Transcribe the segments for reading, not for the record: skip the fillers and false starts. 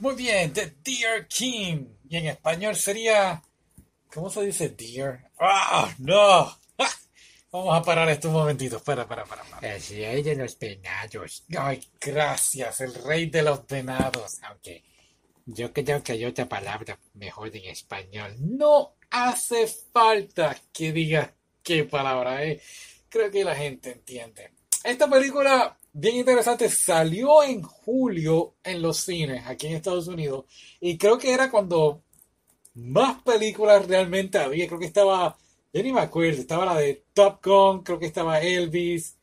Muy bien, The Deer King. Y en español sería... ¿Cómo se dice deer? ¡Ah, no! ¡Ja! Vamos a parar esto un momentito. Para. El rey de los venados. Ay, gracias, el rey de los venados. Aunque yo creo que hay otra palabra mejor en español. No hace falta que digas qué palabra es. Creo que la gente entiende. Esta película, bien interesante, salió en julio en los cines aquí en Estados Unidos. Y creo que era cuando más películas realmente había. Creo que estaba, yo ni me acuerdo, estaba la de Top Gun, creo que estaba Elvis.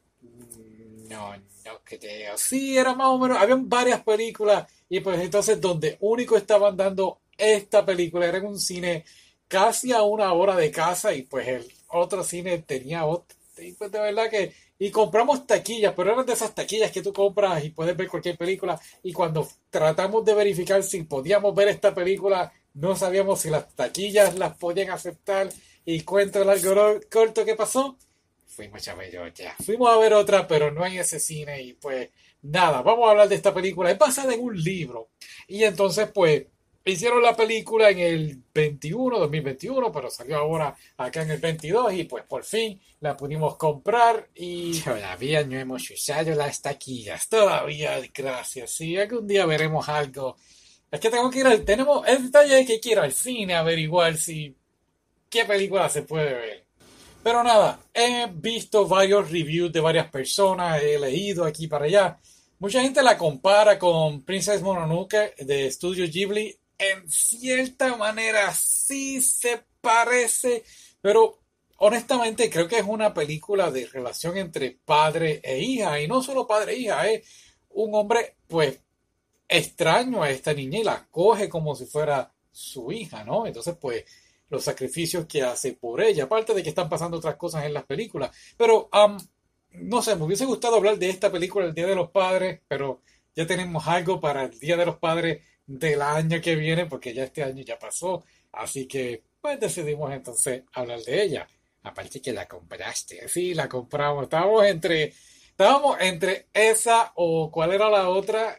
No, no creo. Sí, era más o menos, habían varias películas y pues entonces donde único estaban dando esta película era en un cine casi a una hora de casa y pues el otro cine tenía otro. Y pues de verdad que, y compramos taquillas, pero eran de esas taquillas que tú compras y puedes ver cualquier película y cuando tratamos de verificar si podíamos ver esta película, no sabíamos si las taquillas las podían aceptar y cuento largo corto que pasó. Fuimos a ver otra. Fuimos a ver otra, pero no en ese cine. Y pues nada, vamos a hablar de esta película. Es basada en un libro. Y entonces, pues, hicieron la película en el 2021, pero salió ahora acá en el 22. Y pues por fin la pudimos comprar. Y Todavía no hemos usado las taquillas. todavía, gracias. Si algún día veremos algo. Es que tengo que ir al. Tenemos. El detalle es que quiero al cine a averiguar si. ¿Qué película se puede ver? Pero nada, he visto varios reviews de varias personas, he leído aquí para allá. Mucha gente la compara con Princess Mononoke de Studio Ghibli. En cierta manera sí se parece, pero honestamente creo que es una película de relación entre padre e hija. Y no solo padre e hija, es un hombre pues extraño a esta niña y la coge como si fuera su hija, ¿no? Entonces pues los sacrificios que hace por ella, aparte de que están pasando otras cosas en las películas. Pero, no sé, me hubiese gustado hablar de esta película el Día de los Padres, pero ya tenemos algo para el Día de los Padres del año que viene, porque ya este año ya pasó. Así que, pues decidimos entonces hablar de ella. Aparte que la compraste. Sí, la compramos. Estábamos entre esa o cuál era la otra,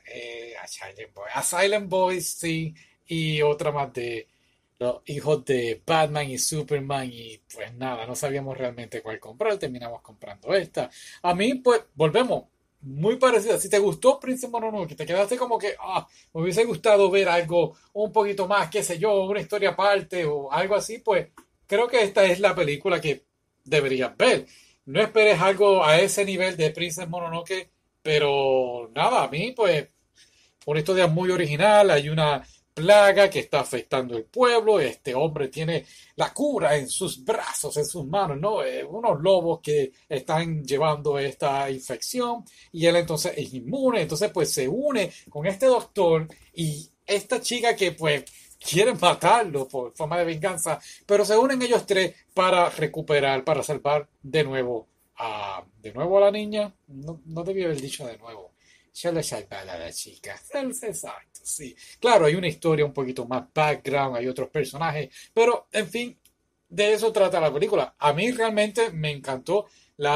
A Silent Boys, sí, y otra más de los hijos de Batman y Superman y pues nada, no sabíamos realmente cuál comprar, terminamos comprando esta. A mí pues volvemos, muy parecida. Si te gustó Prince Mononoke, te quedaste como que, me hubiese gustado ver algo un poquito más, qué sé yo, una historia aparte o algo así, pues creo que esta es la película que deberías ver. No esperes algo a ese nivel de Princess Mononoke, pero nada, a mí pues una historia muy original, hay una plaga que está afectando el pueblo, este hombre tiene la cura en sus brazos, en sus manos, ¿no? Unos lobos que están llevando esta infección y él entonces es inmune, entonces pues se une con este doctor y esta chica que pues quieren matarlo por forma de venganza, pero se unen ellos tres para recuperar, para salvar de nuevo a la niña. No, no debía haber dicho de nuevo. Solo salvar a la chica. Exacto, sí. Claro, hay una historia un poquito más background, hay otros personajes, pero en fin, de eso trata la película. A mí realmente me encantó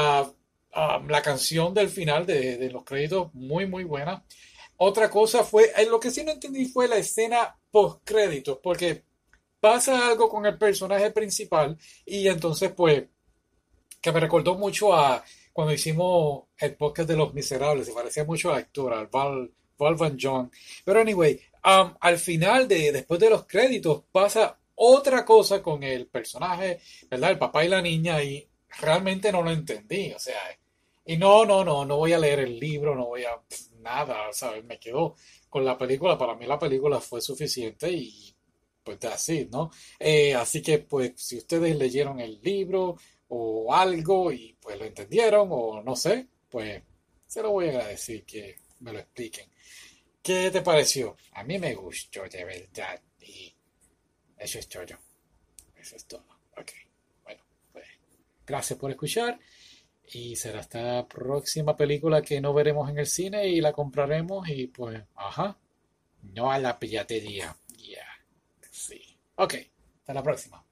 la canción del final de los créditos, muy, muy buena. Otra cosa fue, lo que sí no entendí fue la escena post créditos, porque pasa algo con el personaje principal y entonces pues que me recordó mucho a cuando hicimos el podcast de Los Miserables, se parecía mucho al actor, Val Van John. Pero anyway, al final, después de los créditos, pasa otra cosa con el personaje, ¿verdad? El papá y la niña, y realmente no lo entendí, o sea, y no voy a leer el libro, no voy a nada, ¿sabes? Me quedo con la película, para mí la película fue suficiente y pues así, ¿no? Así que pues si ustedes leyeron el libro o algo y pues lo entendieron o no sé, pues se lo voy a agradecer que me lo expliquen. ¿Qué te pareció? A mí me gustó de verdad. Y eso es todo. Eso es todo. Ok. Bueno, pues gracias por escuchar y será hasta la próxima película que no veremos en el cine y la compraremos y pues, ajá, No a la piratería. yeah, sí. Ok, hasta la próxima.